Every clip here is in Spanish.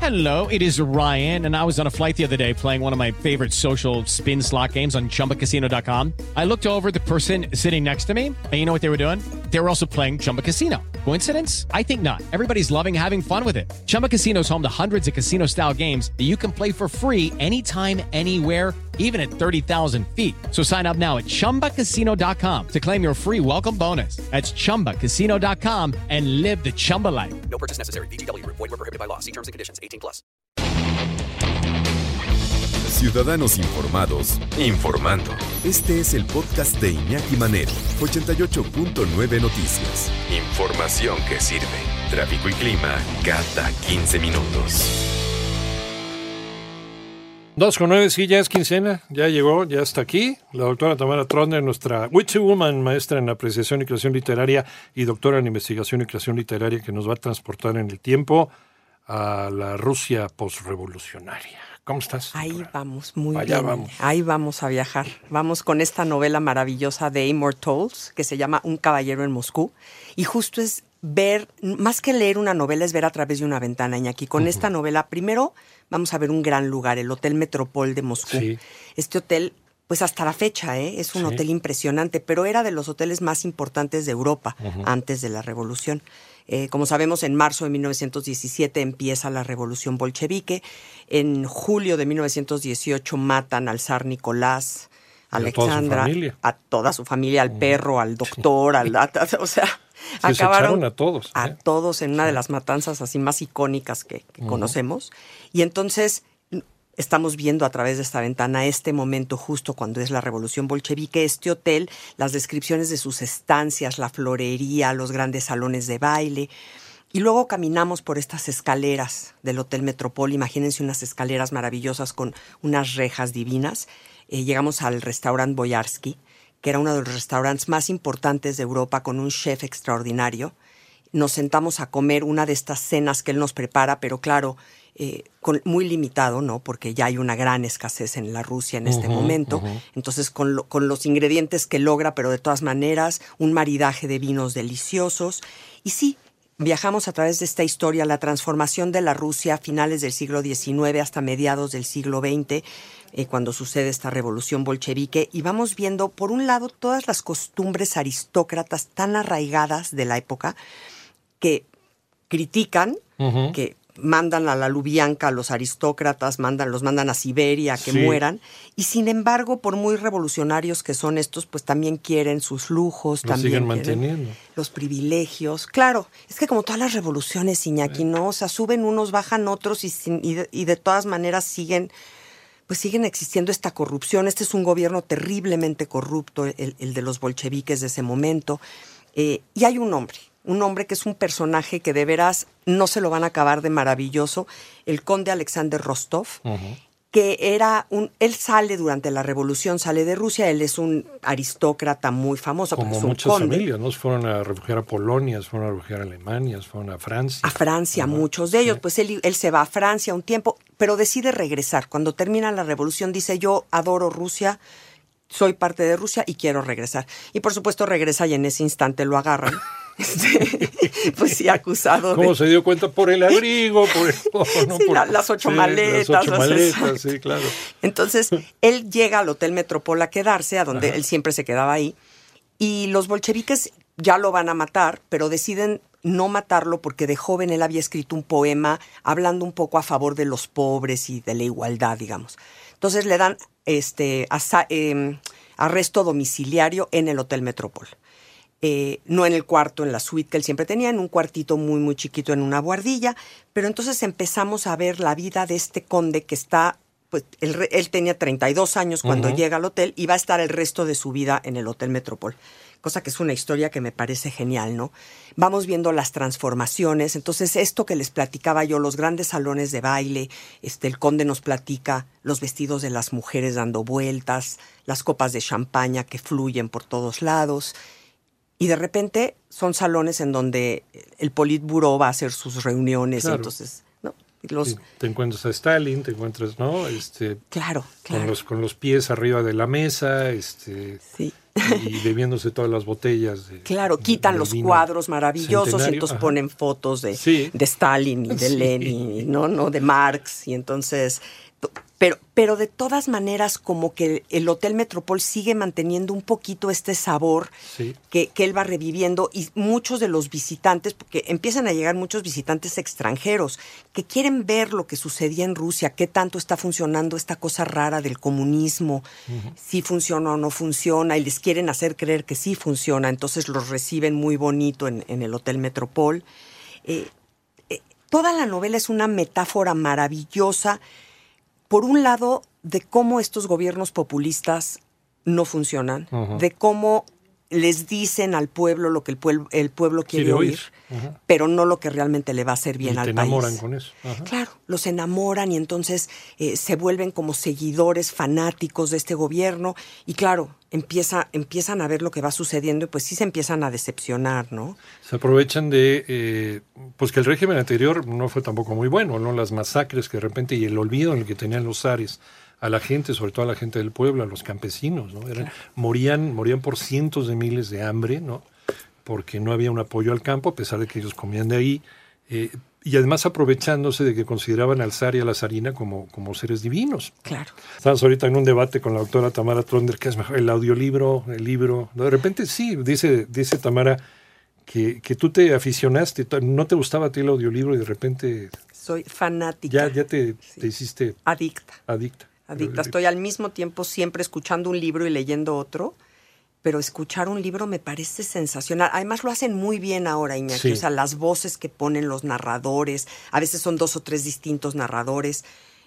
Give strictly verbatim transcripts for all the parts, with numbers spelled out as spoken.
Hello, it is Ryan, and I was on a flight the other day playing one of my favorite social spin slot games on Chumba Casino dot com. I looked over at the person sitting next to me, and you know what they were doing? They were also playing Chumba Casino. Coincidence? I think not. Everybody's loving having fun with it. Chumba Casino is home to hundreds of casino-style games that you can play for free anytime, anywhere, even at thirty thousand feet. So sign up now at Chumba Casino dot com to claim your free welcome bonus. That's Chumba Casino dot com and live the Chumba life. No purchase necessary. V G W. Void where prohibited by law. See terms and conditions. eighteen plus. Ciudadanos informados, informando. Este es el podcast de Iñaki Manero, ochenta y ocho punto nueve Noticias. Información que sirve. Tráfico y clima cada quince minutos. Dos con nueve, sí, ya es quincena, ya llegó, ya está aquí. La doctora Tamara Trotner, nuestra Witchy Woman, maestra en apreciación y creación literaria y doctora en investigación y creación literaria, que nos va a transportar en el tiempo a la Rusia postrevolucionaria. ¿Cómo estás? Ahí doctora? Vamos, muy Allá bien. Vamos. Ahí vamos a viajar. Vamos con esta novela maravillosa de Amor Towles, que se llama Un caballero en Moscú. Y justo es ver, más que leer una novela, es ver a través de una ventana, Iñaki. Con uh-huh. esta novela, primero vamos a ver un gran lugar, el Hotel Metropol de Moscú. Sí. Este hotel, pues hasta la fecha, ¿eh? es un sí. hotel impresionante, pero era de los hoteles más importantes de Europa uh-huh. antes de la Revolución. Eh, como sabemos, en marzo de mil novecientos diecisiete empieza la Revolución Bolchevique. En julio de mil novecientos dieciocho matan al zar Nicolás, a Alexandra, a toda su familia, al uh-huh. perro, al doctor, sí. al... A, o sea... Sí, acabaron a todos. ¿eh? A todos en una sí. de las matanzas así más icónicas que, que uh-huh. conocemos. Y entonces estamos viendo a través de esta ventana este momento justo cuando es la Revolución Bolchevique, este hotel, las descripciones de sus estancias, la florería, los grandes salones de baile. Y luego caminamos por estas escaleras del Hotel Metropol. Imagínense unas escaleras maravillosas con unas rejas divinas. Eh, llegamos al restaurante Boyarsky, que era uno de los restaurantes más importantes de Europa, con un chef extraordinario. Nos sentamos a comer una de estas cenas que él nos prepara, pero claro, eh, con, muy limitado, ¿no? Porque ya hay una gran escasez en la Rusia en este uh-huh, momento. Uh-huh. Entonces, con, lo, con los ingredientes que logra, pero de todas maneras, un maridaje de vinos deliciosos. Y sí, viajamos a través de esta historia, la transformación de la Rusia a finales del siglo diecinueve hasta mediados del siglo veinte, Eh, cuando sucede esta revolución bolchevique, y vamos viendo, por un lado, todas las costumbres aristócratas tan arraigadas de la época que critican, uh-huh. que mandan a la Lubyanka a los aristócratas, mandan, los mandan a Siberia a que sí. mueran, y sin embargo, por muy revolucionarios que son estos, pues también quieren sus lujos, los también siguen manteniendo. Los privilegios. Claro, es que como todas las revoluciones, Iñaki, ¿no? O sea, suben unos, bajan otros, y, sin, y, de, y de todas maneras siguen... pues siguen existiendo esta corrupción. Este es un gobierno terriblemente corrupto, el, el de los bolcheviques de ese momento. Eh, y hay un hombre, un hombre que es un personaje que de veras no se lo van a acabar de maravilloso, el conde Alexander Rostov, uh-huh. que era un... Él sale durante la revolución, sale de Rusia, él es un aristócrata muy famoso. Como es un muchas conde. familias, ¿no? Se fueron a refugiar a Polonia, se fueron a refugiar a Alemania, se fueron a Francia. A Francia, ¿verdad? Muchos de ellos. Sí. Pues él, él se va a Francia un tiempo, pero decide regresar. Cuando termina la revolución dice, yo adoro Rusia, soy parte de Rusia y quiero regresar. Y por supuesto regresa y en ese instante lo agarran. Este, pues sí, acusado. ¿Cómo de... se dio cuenta? Por el abrigo, por el... Oh, no, sí, por... la, las ocho sí, maletas. Las ocho o sea, maletas, sí, claro. Entonces, él llega al Hotel Metropol a quedarse, a donde Ajá. él siempre se quedaba ahí, y los bolcheviques ya lo van a matar, pero deciden no matarlo porque de joven él había escrito un poema hablando un poco a favor de los pobres y de la igualdad, digamos. Entonces le dan este asa, eh, arresto domiciliario en el Hotel Metropol. Eh, no en el cuarto, en la suite que él siempre tenía, en un cuartito muy, muy chiquito, en una buhardilla. Pero entonces empezamos a ver la vida de este conde que está, pues él, él tenía treinta y dos años cuando uh-huh. llega al hotel y va a estar el resto de su vida en el Hotel Metropol. Cosa que es una historia que me parece genial, ¿no? Vamos viendo las transformaciones. Entonces, esto que les platicaba yo, los grandes salones de baile, este, el conde nos platica los vestidos de las mujeres dando vueltas, las copas de champaña que fluyen por todos lados. Y de repente son salones en donde el Politburó va a hacer sus reuniones. Claro. Entonces, ¿no? Los... Sí, te encuentras a Stalin, te encuentras, ¿no? Este, claro, claro. Con los, con los pies arriba de la mesa. Este, sí. y bebiéndose todas las botellas. De, claro, quitan de los vino cuadros maravillosos centenario. y entonces Ajá. ponen fotos de, Sí. de Stalin y de Sí. Lenin, ¿no? ¿no? De Marx. Y entonces, pero, pero de todas maneras, como que el Hotel Metropol sigue manteniendo un poquito este sabor Sí. que, que él va reviviendo, y muchos de los visitantes, porque empiezan a llegar muchos visitantes extranjeros que quieren ver lo que sucedía en Rusia, qué tanto está funcionando esta cosa rara del comunismo, uh-huh. si funciona o no funciona, y les quieren hacer creer que sí funciona, entonces los reciben muy bonito en, en el Hotel Metropol. Eh, eh, toda la novela es una metáfora maravillosa, por un lado, de cómo estos gobiernos populistas no funcionan, uh-huh. de cómo les dicen al pueblo lo que el pueblo, el pueblo quiere, quiere oír, oír. Uh-huh. pero no lo que realmente le va a hacer bien y al te país. enamoran con eso. Uh-huh. Claro, los enamoran y entonces eh, se vuelven como seguidores fanáticos de este gobierno y claro, empieza, empiezan a ver lo que va sucediendo y pues sí se empiezan a decepcionar, ¿no? Se aprovechan de, eh, pues que el régimen anterior no fue tampoco muy bueno, ¿no? Las masacres que de repente y el olvido en el que tenían los zares a la gente, sobre todo a la gente del pueblo, a los campesinos, ¿no? Eran, claro. morían, morían por cientos de miles de hambre, ¿no? Porque no había un apoyo al campo, a pesar de que ellos comían de ahí, eh, y además aprovechándose de que consideraban al zar y a la zarina como, como seres divinos. Claro. Estamos ahorita en un debate con la doctora Tamara Trotner, ¿qué es mejor, el audiolibro, el libro? De repente sí, dice, dice Tamara que, que tú te aficionaste, no te gustaba a ti el audiolibro y de repente... Soy fanática. Ya, ya te, sí. te hiciste... Adicta. Adicta. Adicta. Estoy al mismo tiempo siempre escuchando un libro y leyendo otro, pero escuchar un libro me parece sensacional. Además lo hacen muy bien ahora, Iñaki. Sí. O sea, las voces que ponen los narradores, a veces son dos o tres distintos narradores.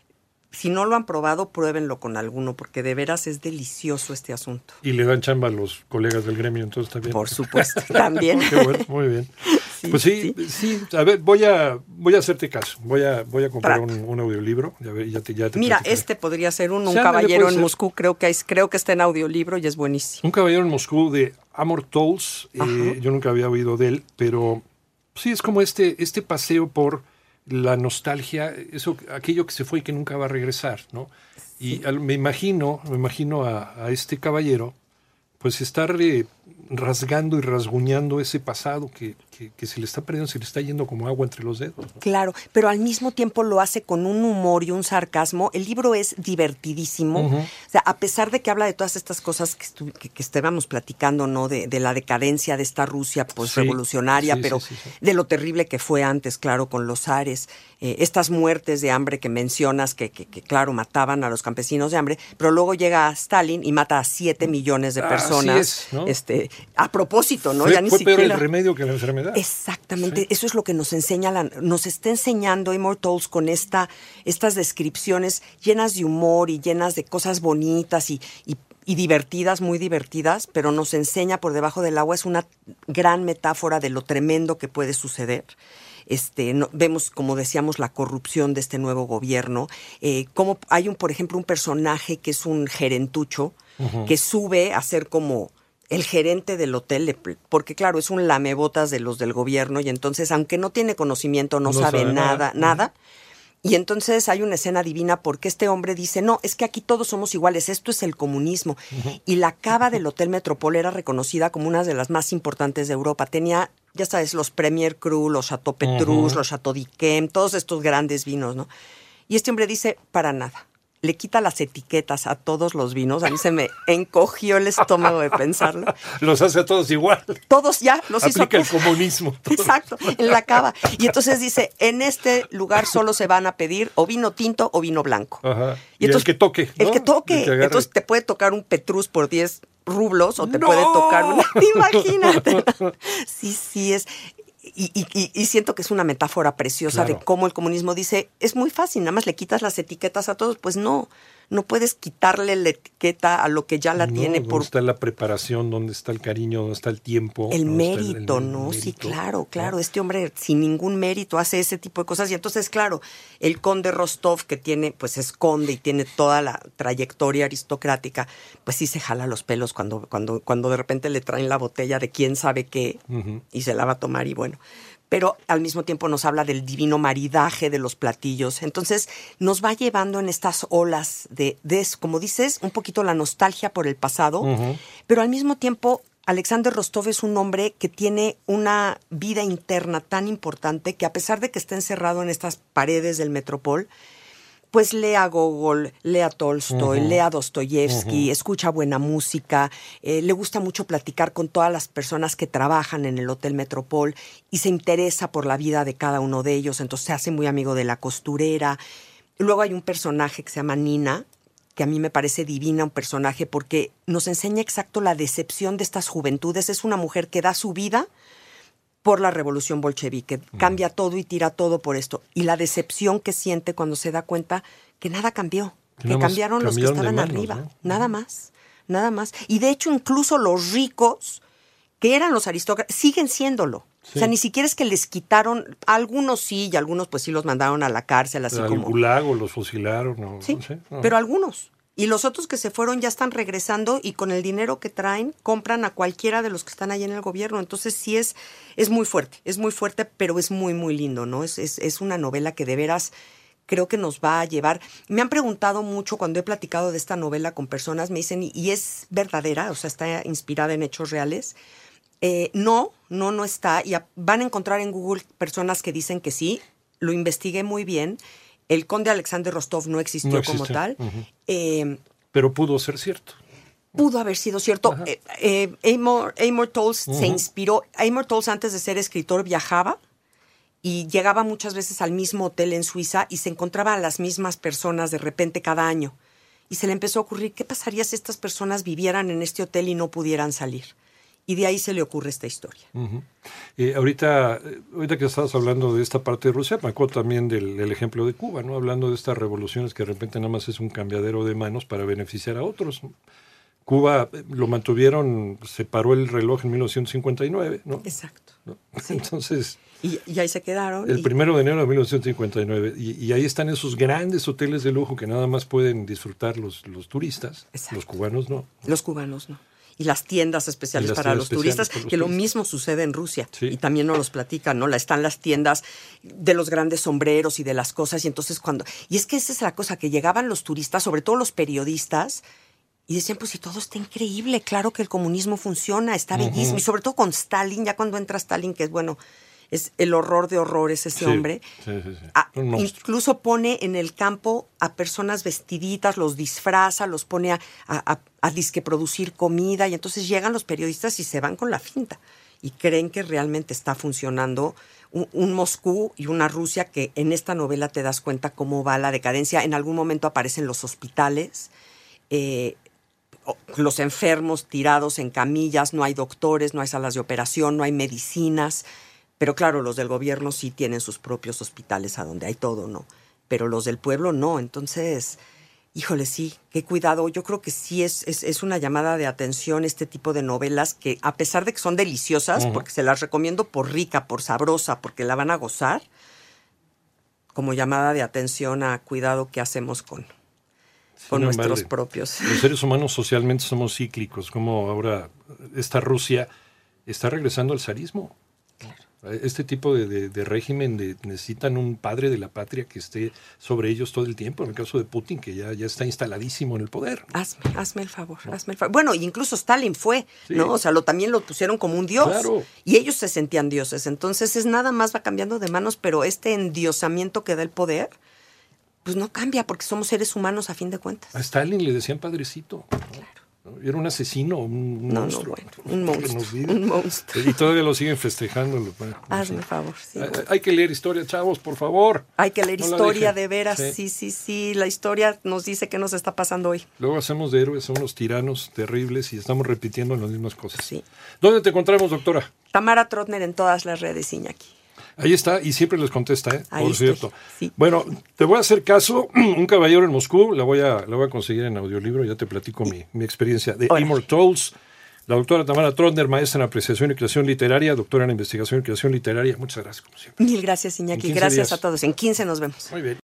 Si no lo han probado, pruébenlo con alguno, porque de veras es delicioso este asunto. Y le dan chamba a los colegas del gremio, entonces también. Por supuesto, también. Qué bueno, muy bien. Sí, pues sí, sí, sí, a ver, voy a voy a hacerte caso. Voy a voy a comprar un, un audiolibro. Ya, ya te, ya te Mira, platicaré. este podría ser un, un sí, caballero en ser. Moscú. Creo que hay, creo que está en audiolibro y es buenísimo. Un caballero en Moscú de Amor Towles. Eh, yo nunca había oído de él, pero sí es como este este paseo por la nostalgia, eso, aquello que se fue y que nunca va a regresar, ¿no? Y sí. al, me imagino, me imagino a, a este caballero, pues estar eh, rasgando y rasguñando ese pasado que, que, que se le está perdiendo, se le está yendo como agua entre los dedos, ¿no? Claro, pero al mismo tiempo lo hace con un humor y un sarcasmo. El libro es divertidísimo. Uh-huh. O sea, a pesar de que habla de todas estas cosas que, estu- que, que estábamos platicando, ¿no? De, de la decadencia de esta Rusia pues, sí, revolucionaria, sí, pero sí, sí, sí. de lo terrible que fue antes, claro, con los zares. Eh, estas muertes de hambre que mencionas, que, que, que claro, mataban a los campesinos de hambre, pero luego llega Stalin y mata a siete millones de personas. Así es, ¿no? Este, a propósito, ¿no? Fue, ya ni fue siquiera... peor el remedio que la enfermedad. Exactamente, sí. Eso es lo que nos enseña, la, nos está enseñando Amor Towles con esta, estas descripciones llenas de humor y llenas de cosas bonitas y, y, y divertidas, muy divertidas, pero nos enseña por debajo del agua, es una gran metáfora de lo tremendo que puede suceder. Este, no, vemos, como decíamos, la corrupción de este nuevo gobierno. Eh, como hay, un, por ejemplo, un personaje que es un gerentucho, uh-huh. que sube a ser como el gerente del hotel, porque claro, es un lamebotas de los del gobierno y entonces, aunque no tiene conocimiento, no, no sabe, sabe nada, nada, nada. Y entonces hay una escena divina porque este hombre dice, no, es que aquí todos somos iguales, esto es el comunismo. Uh-huh. Y la cava del Hotel Metropol era reconocida como una de las más importantes de Europa. Tenía, ya sabes, los Premier Cru, los Chateau Petrus, uh-huh. los Chateau d'Yquem, todos estos grandes vinos, ¿no? Y este hombre dice, para nada. Le quita las etiquetas a todos los vinos. A mí se me encogió el estómago de pensarlo. Los hace a todos igual. Todos ya los hizo. Aplica el comunismo. Exacto, en la cava. Y entonces dice, en este lugar solo se van a pedir o vino tinto o vino blanco. Ajá. Y, y entonces, el que toque, ¿no? El que toque. El que entonces te puede tocar un Petrus por diez rublos o te ¡no! puede tocar una... Imagínate. Sí, sí, es... Y, y, y siento que es una metáfora preciosa claro. de cómo el comunismo dice, es muy fácil, nada más le quitas las etiquetas a todos. Pues no, no puedes quitarle la etiqueta a lo que ya la no, tiene. ¿Dónde por está la preparación? ¿Dónde está el cariño? ¿Dónde está el tiempo? El mérito, el, el, ¿no? el Sí, mérito, claro, claro. ¿no? Este hombre sin ningún mérito hace ese tipo de cosas. Y entonces, claro, el conde Rostov, que tiene, pues es conde y tiene toda la trayectoria aristocrática, pues sí se jala los pelos cuando, cuando, cuando de repente le traen la botella de quién sabe qué uh-huh. y se la va a tomar y bueno... pero al mismo tiempo nos habla del divino maridaje de los platillos. Entonces nos va llevando en estas olas de, de como dices, un poquito la nostalgia por el pasado, uh-huh. pero al mismo tiempo Alexander Rostov es un hombre que tiene una vida interna tan importante que a pesar de que está encerrado en estas paredes del Metropol, pues lee a Gogol, lee a Tolstoy, uh-huh. lee a Dostoyevsky, uh-huh. escucha buena música, eh, le gusta mucho platicar con todas las personas que trabajan en el Hotel Metropol y se interesa por la vida de cada uno de ellos, entonces se hace muy amigo de la costurera. Luego hay un personaje que se llama Nina, que a mí me parece divina, un personaje porque nos enseña exacto la decepción de estas juventudes. Es una mujer que da su vida por la revolución bolchevique, uh-huh. cambia todo y tira todo por esto. Y la decepción que siente cuando se da cuenta que nada cambió, que, que cambiaron los que estaban manos, arriba, ¿no? Nada más, nada más. Y de hecho incluso los ricos, que eran los aristócratas, siguen siéndolo. Sí. O sea, ni siquiera es que les quitaron, algunos sí, y algunos pues sí los mandaron a la cárcel, así al como... Al gulag o los fusilaron. No, sí, no sé, no. Pero algunos. Y los otros que se fueron ya están regresando y con el dinero que traen compran a cualquiera de los que están ahí en el gobierno. Entonces sí es, es muy fuerte, es muy fuerte, pero es muy, muy lindo, ¿no? Es, es, es una novela que de veras creo que nos va a llevar. Me han preguntado mucho cuando he platicado de esta novela con personas, me dicen, ¿y es verdadera? O sea, ¿está inspirada en hechos reales? Eh, no, no, no está. Y a, van a encontrar en Google personas que dicen que sí. Lo investigué muy bien. El conde Alexander Rostov no existió no como tal. Uh-huh. eh, Pero pudo ser cierto. Pudo haber sido cierto. Eh, eh, Amor, Amor Towles uh-huh. se inspiró. Amor Towles, antes de ser escritor, viajaba y llegaba muchas veces al mismo hotel en Suiza y se encontraba a las mismas personas de repente cada año. Y se le empezó a ocurrir, ¿qué pasaría si estas personas vivieran en este hotel y no pudieran salir? Y de ahí se le ocurre esta historia. Uh-huh. Eh, ahorita, ahorita que estabas hablando de esta parte de Rusia, me acuerdo también del, del ejemplo de Cuba, ¿no? Hablando de estas revoluciones que de repente nada más es un cambiadero de manos para beneficiar a otros. Cuba lo mantuvieron, se paró el reloj en mil novecientos cincuenta y nueve, ¿no? Exacto. ¿No? Sí. Entonces... Y, y ahí se quedaron. El y... primero de enero de mil novecientos cincuenta y nueve. Y, y ahí están esos grandes hoteles de lujo que nada más pueden disfrutar los, los turistas. Exacto. Los cubanos no. Los cubanos no. Y las tiendas especiales las para tiendas los turistas, los que turistas. Lo mismo sucede en Rusia. Sí. Y también nos los platican, ¿no? Están las tiendas de los grandes sombreros y de las cosas. Y entonces cuando... Y es que esa es la cosa, que llegaban los turistas, sobre todo los periodistas, y decían, pues si todo está increíble, claro que el comunismo funciona, está bellísimo. Uh-huh. Y sobre todo con Stalin, ya cuando entra Stalin, que es, bueno... Es el horror de horrores ese sí, hombre. Sí, sí, sí. A, incluso pone en el campo a personas vestiditas, los disfraza, los pone a, a, a, a disque producir comida y entonces llegan los periodistas y se van con la finta y creen que realmente está funcionando un, un Moscú y una Rusia que en esta novela te das cuenta cómo va la decadencia. En algún momento aparecen los hospitales, eh, los enfermos tirados en camillas, no hay doctores, no hay salas de operación, no hay medicinas. Pero claro, los del gobierno sí tienen sus propios hospitales a donde hay todo, ¿no? Pero los del pueblo no. Entonces, híjole, sí, qué cuidado. Yo creo que sí es, es, es una llamada de atención este tipo de novelas que, a pesar de que son deliciosas, uh-huh. porque se las recomiendo por rica, por sabrosa, porque la van a gozar, como llamada de atención a cuidado que hacemos con, sí, con no nuestros vale. propios. Los seres humanos socialmente somos cíclicos, como ahora esta Rusia está regresando al zarismo. Claro. Este tipo de, de, de régimen de, necesitan un padre de la patria que esté sobre ellos todo el tiempo. En el caso de Putin, que ya, ya está instaladísimo en el poder. Hazme, hazme el favor, ¿no? hazme el favor. Bueno, incluso Stalin fue, sí. ¿no? O sea, lo, también lo pusieron como un dios. Claro. Y ellos se sentían dioses. Entonces, es nada más va cambiando de manos, pero este endiosamiento que da el poder, pues no cambia, porque somos seres humanos a fin de cuentas. A Stalin le decían padrecito. ¿no? Claro. Era un asesino, un no, monstruo. No, bueno, un monstruo, un monstruo. Y todavía lo siguen festejando. No Hazme el favor, sí. Hay, hay que leer historia, chavos, por favor. Hay que leer no historia, de veras. Sí. sí, sí, sí. La historia nos dice qué nos está pasando hoy. Luego hacemos de héroes a unos tiranos terribles y estamos repitiendo las mismas cosas. Sí. ¿Dónde te encontramos, doctora? Tamara Trotner en todas las redes, Iñaki. Ahí está, y siempre les contesta, ¿eh? Ahí por estoy, cierto. Sí. Bueno, te voy a hacer caso. Un caballero en Moscú, la voy a, la voy a conseguir en audiolibro, ya te platico mi, mi experiencia. De Amor Towles, la doctora Tamara Trotner, maestra en apreciación y creación literaria, doctora en investigación y creación literaria. Muchas gracias, como siempre. Mil gracias, Iñaki. Gracias días. a todos. En quince nos vemos. Muy bien.